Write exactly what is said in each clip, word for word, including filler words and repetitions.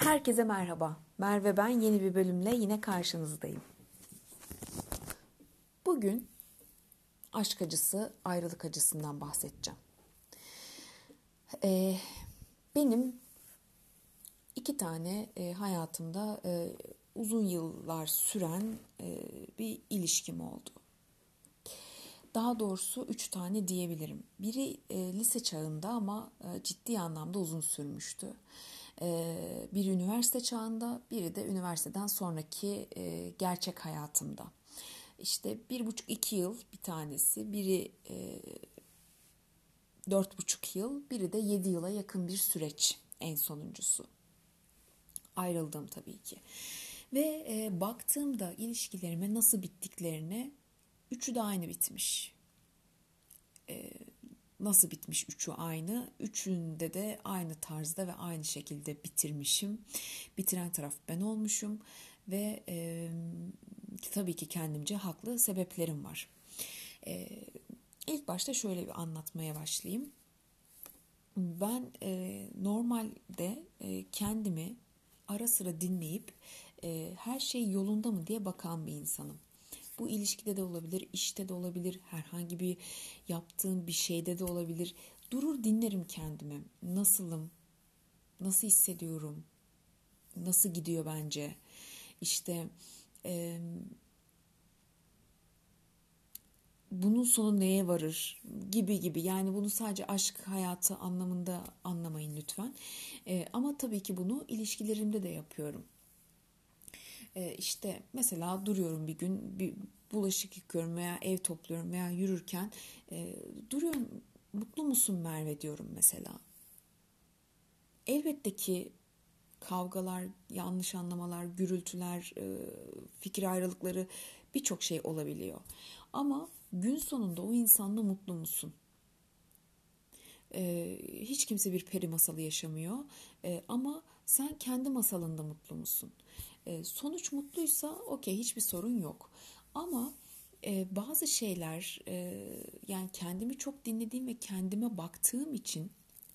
Herkese merhaba. Merve ben yeni bir bölümle yine karşınızdayım. Bugün aşk acısı, ayrılık acısından bahsedeceğim. Ee, benim iki tane e, hayatımda e, uzun yıllar süren e, bir ilişkim oldu. Daha doğrusu üç tane diyebilirim. Biri e, lise çağında ama e, ciddi anlamda uzun sürmüştü. E, biri üniversite çağında, biri de üniversiteden sonraki e, gerçek hayatımda. İşte bir buçuk iki yıl bir tanesi, biri e, dört buçuk yıl, biri de yedi yıla yakın bir süreç en sonuncusu. Ayrıldım tabii ki. Ve e, baktığımda ilişkilerime nasıl bittiklerine üçü de aynı bitmiş. E, nasıl bitmiş üçü aynı? Üçünde de aynı tarzda ve aynı şekilde bitirmişim. Bitiren taraf ben olmuşum ve e, tabii ki kendimce haklı sebeplerim var. E, ilk başta şöyle bir anlatmaya başlayayım. Ben e, normalde e, kendimi ara sıra dinleyip e, her şey yolunda mı diye bakan bir insanım. Bu ilişkide de olabilir, işte de olabilir, herhangi bir yaptığım bir şeyde de olabilir. Durur dinlerim kendimi. Nasılım? Nasıl hissediyorum? Nasıl gidiyor bence? İşte e, bunun sonu neye varır gibi gibi. Yani bunu sadece aşk hayatı anlamında anlamayın lütfen. E, ama tabii ki bunu ilişkilerimde de yapıyorum. E, işte mesela duruyorum bir gün bir bulaşık yıkıyorum veya ev topluyorum veya yürürken e, duruyorum, mutlu musun Merve diyorum mesela. Elbette ki kavgalar, yanlış anlamalar, gürültüler, e, fikir ayrılıkları birçok şey olabiliyor. Ama gün sonunda o insanla mutlu musun? E, hiç kimse bir peri masalı yaşamıyor. E, ama sen kendi masalında mutlu musun? E, sonuç mutluysa okey, hiçbir sorun yok. Ama e, bazı şeyler e, yani kendimi çok dinlediğim ve kendime baktığım için,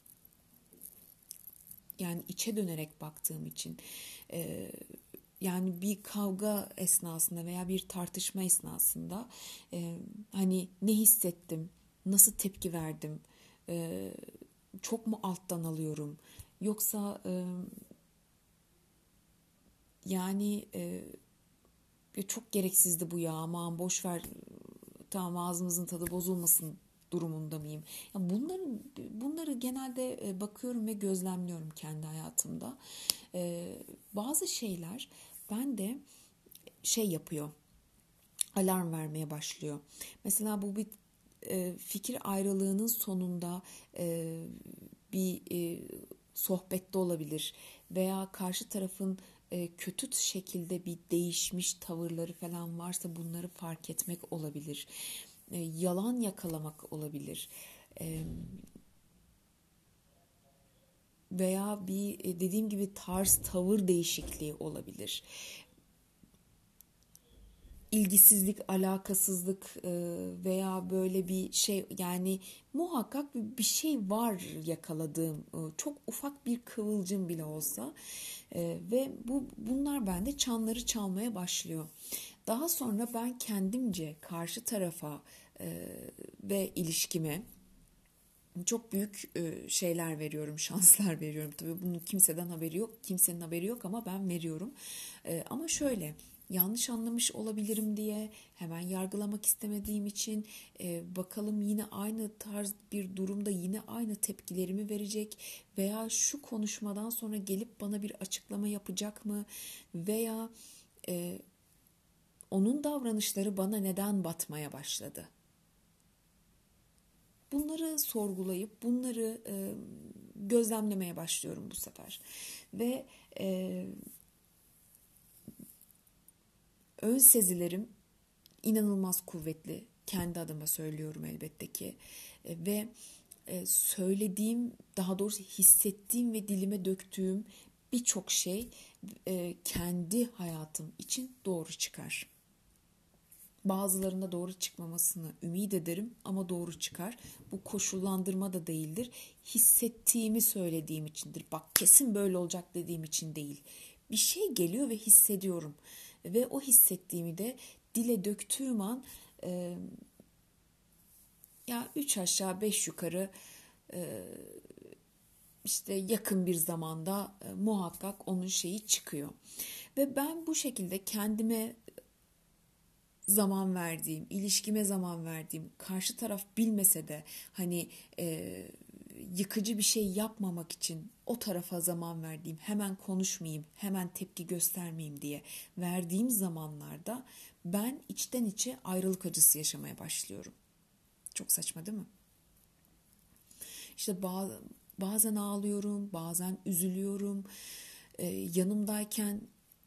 yani içe dönerek baktığım için e, yani bir kavga esnasında veya bir tartışma esnasında e, hani ne hissettim, nasıl tepki verdim, e, çok mu alttan alıyorum, yoksa e, yani e, çok gereksizdi bu ya, aman boş ver, tamam ağzımızın tadı bozulmasın durumunda mıyım? Ya bunları bunları genelde e, bakıyorum ve gözlemliyorum kendi hayatımda. E, bazı şeyler bende şey yapıyor, alarm vermeye başlıyor. Mesela bu bir e, fikir ayrılığının sonunda e, bir e, sohbette olabilir veya karşı tarafın e, kötü şekilde bir değişmiş tavırları falan varsa bunları fark etmek olabilir. E, yalan yakalamak olabilir. E, veya bir e, dediğim gibi tarz tavır değişikliği olabilir. İlgisizlik, alakasızlık e, veya böyle bir şey, yani muhakkak bir şey var yakaladığım, e, çok ufak bir kıvılcım bile olsa. E, ve bu bunlar bende çanları çalmaya başlıyor. Daha sonra ben kendimce karşı tarafa e, ve ilişkime çok büyük e, şeyler veriyorum, şanslar veriyorum. Tabii bunun kimseden haberi yok, kimsenin haberi yok ama ben veriyorum. E, ama şöyle, yanlış anlamış olabilirim diye hemen yargılamak istemediğim için e, bakalım yine aynı tarz bir durumda yine aynı tepkilerimi verecek veya şu konuşmadan sonra gelip bana bir açıklama yapacak mı veya e, onun davranışları bana neden batmaya başladı? Bunları sorgulayıp bunları e, gözlemlemeye başlıyorum bu sefer. Ve e, ön sezilerim inanılmaz kuvvetli. Kendi adıma söylüyorum elbette ki. E, ve e, söylediğim, daha doğrusu hissettiğim ve dilime döktüğüm birçok şey e, kendi hayatım için doğru çıkar. Bazılarında doğru çıkmamasını ümit ederim ama doğru çıkar. Bu koşullandırma da değildir. Hissettiğimi söylediğim içindir. Bak kesin böyle olacak dediğim için değil. Bir şey geliyor ve hissediyorum. Ve o hissettiğimi de dile döktüğüm an e, ya üç aşağı beş yukarı e, işte yakın bir zamanda e, muhakkak onun şeyi çıkıyor. Ve ben bu şekilde kendime zaman verdiğim, ilişkime zaman verdiğim, karşı taraf bilmese de hani e, yıkıcı bir şey yapmamak için o tarafa zaman verdiğim, hemen konuşmayayım, hemen tepki göstermeyeyim diye verdiğim zamanlarda ben içten içe ayrılık acısı yaşamaya başlıyorum. Çok saçma değil mi? İşte bazen ağlıyorum, bazen üzülüyorum. Ee, yanımdayken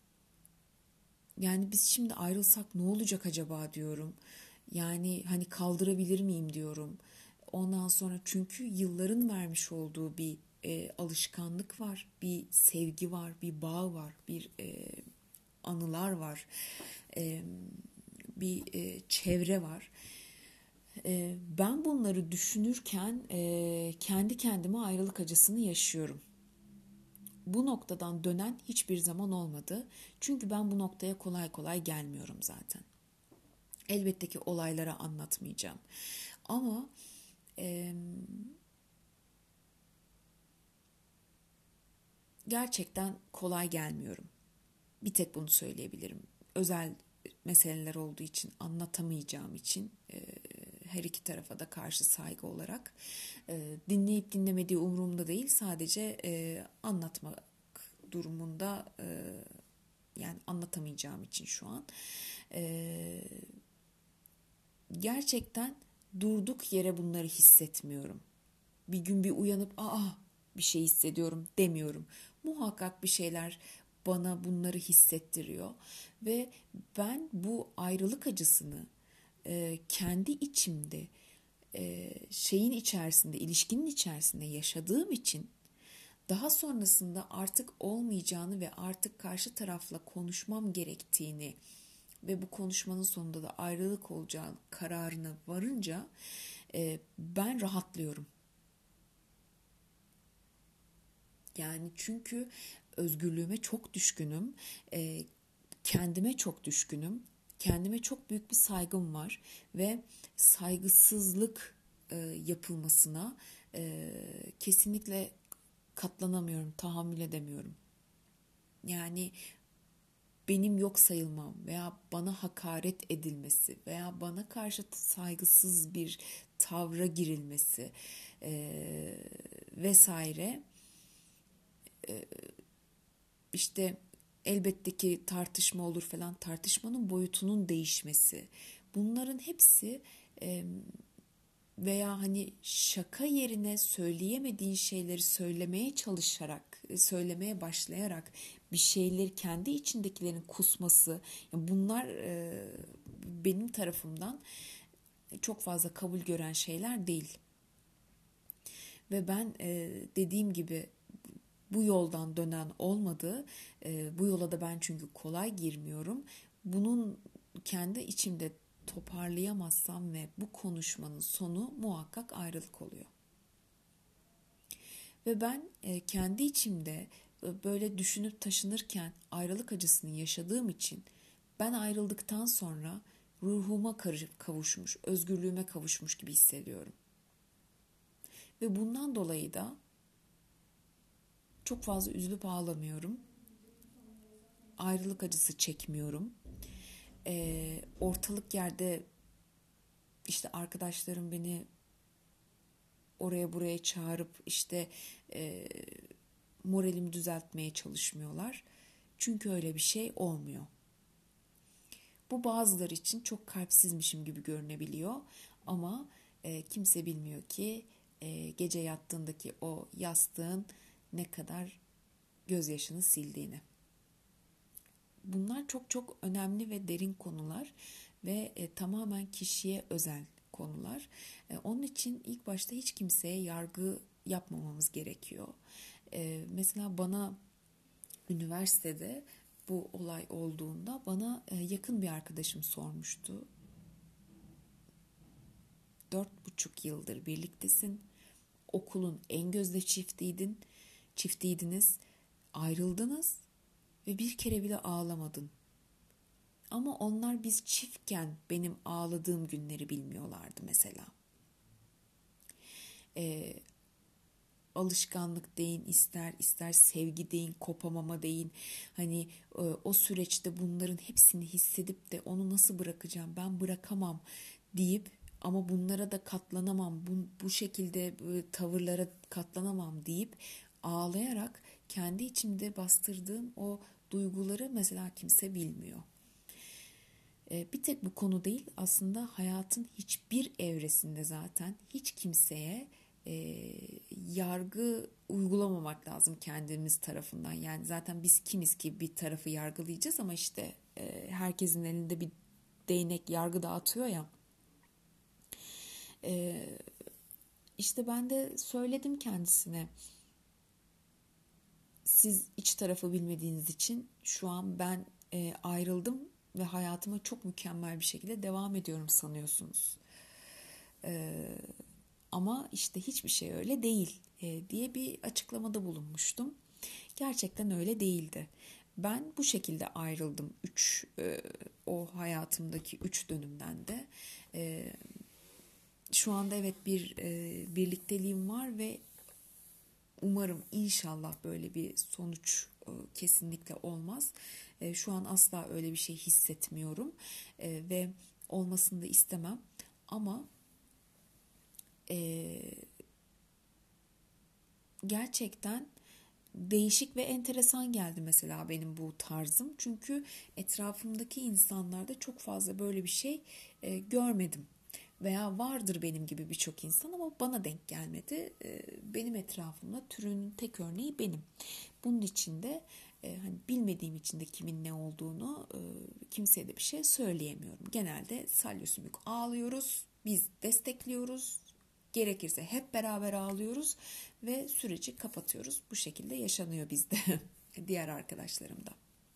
yani biz şimdi ayrılsak ne olacak acaba diyorum. Yani hani kaldırabilir miyim diyorum. Ondan sonra çünkü yılların vermiş olduğu bir e, alışkanlık var, bir sevgi var, bir bağ var, bir e, anılar var, e, bir e, çevre var. E, ben bunları düşünürken e, kendi kendime ayrılık acısını yaşıyorum. Bu noktadan dönen hiçbir zaman olmadı. Çünkü ben bu noktaya kolay kolay gelmiyorum zaten. Elbette ki olaylara anlatmayacağım. Ama e, gerçekten kolay gelmiyorum. Bir tek bunu söyleyebilirim. Özel meseleler olduğu için, anlatamayacağım için e, her iki tarafa da karşı saygı olarak e, dinleyip dinlemediği umurumda değil. Sadece e, anlatmak durumunda e, yani anlatamayacağım için şu an e, gerçekten durduk yere bunları hissetmiyorum. Bir gün bir uyanıp aa bir şey hissediyorum demiyorum. Muhakkak bir şeyler bana bunları hissettiriyor ve ben bu ayrılık acısını e, kendi içimde e, şeyin içerisinde, ilişkinin içerisinde yaşadığım için daha sonrasında artık olmayacağını ve artık karşı tarafla konuşmam gerektiğini ve bu konuşmanın sonunda da ayrılık olacağı kararına varınca e, ben rahatlıyorum. Yani çünkü özgürlüğüme çok düşkünüm, e, kendime çok düşkünüm, kendime çok büyük bir saygım var ve saygısızlık e, yapılmasına e, kesinlikle katlanamıyorum, tahammül edemiyorum. Yani benim yok sayılmam veya bana hakaret edilmesi veya bana karşı saygısız bir tavra girilmesi e, vesaire e, işte elbette ki tartışma olur falan, tartışmanın boyutunun değişmesi, bunların hepsi e, veya hani şaka yerine söyleyemediğin şeyleri söylemeye çalışarak, söylemeye başlayarak bir şeyleri kendi içindekilerin kusması, yani bunlar e, benim tarafımdan çok fazla kabul gören şeyler değil. Ve ben e, dediğim gibi bu yoldan dönen olmadı. E, bu yola da ben çünkü kolay girmiyorum. Bunun kendi içimde toparlayamazsam ve bu konuşmanın sonu muhakkak ayrılık oluyor. Ve ben e, kendi içimde e, böyle düşünüp taşınırken ayrılık acısını yaşadığım için ben ayrıldıktan sonra ruhuma kavuşmuş, özgürlüğüme kavuşmuş gibi hissediyorum. Ve bundan dolayı da çok fazla üzülüp ağlamıyorum. Ayrılık acısı çekmiyorum. E, ortalık yerde işte arkadaşlarım beni oraya buraya çağırıp işte e, moralimi düzeltmeye çalışmıyorlar. Çünkü öyle bir şey olmuyor. Bu bazıları için çok kalpsizmişim gibi görünebiliyor ama e, kimse bilmiyor ki e, gece yattığındaki o yastığın ne kadar gözyaşını sildiğini. Bunlar çok çok önemli ve derin konular ve e, tamamen kişiye özel konular. E, onun için ilk başta hiç kimseye yargı yapmamamız gerekiyor. E, mesela bana üniversitede bu olay olduğunda bana e, yakın bir arkadaşım sormuştu. dört buçuk yıldır birliktesin. Okulun en gözde çiftiydin, çiftiydiniz, ayrıldınız ve bir kere bile ağlamadın. Ama onlar biz çiftken benim ağladığım günleri bilmiyorlardı mesela. Ee, alışkanlık deyin, ister ister sevgi deyin, kopamama deyin. Hani e, o süreçte bunların hepsini hissedip de onu nasıl bırakacağım, ben bırakamam deyip ama bunlara da katlanamam, bu, bu şekilde bu tavırlara katlanamam deyip ağlayarak kendi içimde bastırdığım o duyguları mesela kimse bilmiyor. Bir tek bu konu değil, aslında hayatın hiçbir evresinde zaten hiç kimseye e, yargı uygulamamak lazım kendimiz tarafından. Yani zaten biz kimiz ki bir tarafı yargılayacağız, ama işte e, herkesin elinde bir değnek yargı dağıtıyor ya. E, işte ben de söyledim kendisine, siz iç tarafı bilmediğiniz için şu an ben e, ayrıldım ve hayatıma çok mükemmel bir şekilde devam ediyorum sanıyorsunuz. Ee, ama işte hiçbir şey öyle değil e, diye bir açıklamada bulunmuştum. Gerçekten öyle değildi. Ben bu şekilde ayrıldım üç e, o hayatımdaki üç dönümden de. E, şu anda evet bir e, birlikteliğim var ve umarım inşallah böyle bir sonuç e, kesinlikle olmaz. E, şu an asla öyle bir şey hissetmiyorum e, ve olmasını da istemem. Ama e, gerçekten değişik ve enteresan geldi mesela benim bu tarzım. Çünkü etrafımdaki insanlarda çok fazla böyle bir şey e, görmedim. Veya vardır benim gibi birçok insan ama bana denk gelmedi. E, benim etrafımda türünün tek örneği benim. Bunun için de e, hani bilmediğim için de kimin ne olduğunu e, kimseye de bir şey söyleyemiyorum. Genelde salyosümük ağlıyoruz, biz destekliyoruz. Gerekirse hep beraber ağlıyoruz ve süreci kapatıyoruz. Bu şekilde yaşanıyor bizde, diğer arkadaşlarımda.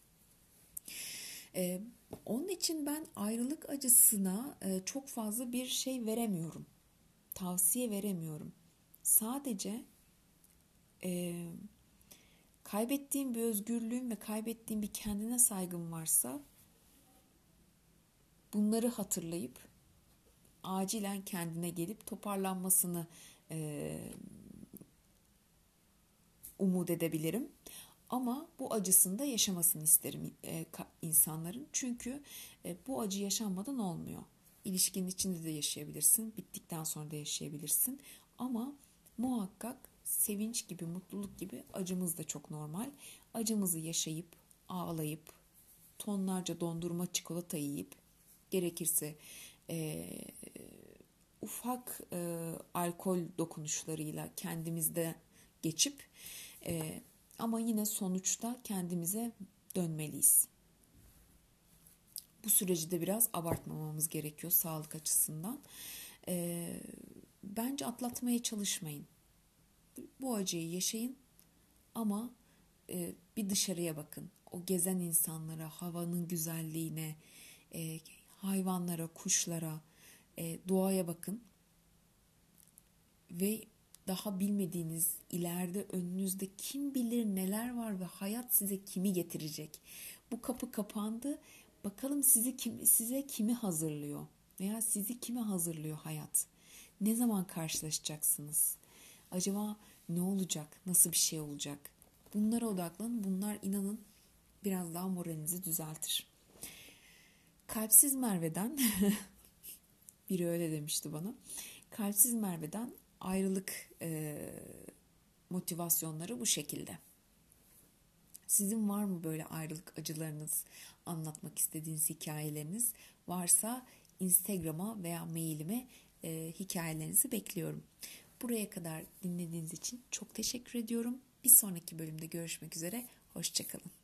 Ee, onun için ben ayrılık acısına e, çok fazla bir şey veremiyorum. Tavsiye veremiyorum. Sadece e, kaybettiğim bir özgürlüğüm ve kaybettiğim bir kendine saygım varsa bunları hatırlayıp acilen kendine gelip toparlanmasını e, umut edebilirim. Ama bu acısını da yaşamasını isterim e, insanların. Çünkü e, bu acı yaşanmadan olmuyor. İlişkinin içinde de yaşayabilirsin, bittikten sonra da yaşayabilirsin. Ama muhakkak sevinç gibi, mutluluk gibi acımız da çok normal. Acımızı yaşayıp, ağlayıp, tonlarca dondurma, çikolata yiyip, gerekirse e, ufak e, alkol dokunuşlarıyla kendimizde geçip e, ama yine sonuçta kendimize dönmeliyiz. Bu süreci de biraz abartmamamız gerekiyor sağlık açısından. E, bence atlatmaya çalışmayın. Bu acıyı yaşayın ama e, bir dışarıya bakın. O gezen insanlara, havanın güzelliğine, e, hayvanlara, kuşlara, e, doğaya bakın. Ve daha bilmediğiniz ileride önünüzde kim bilir neler var ve hayat size kimi getirecek. Bu kapı kapandı. Bakalım sizi kim, size kimi hazırlıyor veya sizi kime hazırlıyor hayat? Ne zaman karşılaşacaksınız? Acaba ne olacak? Nasıl bir şey olacak? Bunlara odaklanın. Bunlar inanın biraz daha moralinizi düzeltir. Kalpsiz Merve'den biri öyle demişti bana. Kalpsiz Merve'den ayrılık e, motivasyonları bu şekilde. Sizin var mı böyle ayrılık acılarınız, anlatmak istediğiniz hikayeleriniz? Varsa Instagram'a veya mailime e, hikayelerinizi bekliyorum. Buraya kadar dinlediğiniz için çok teşekkür ediyorum. Bir sonraki bölümde görüşmek üzere. Hoşça kalın.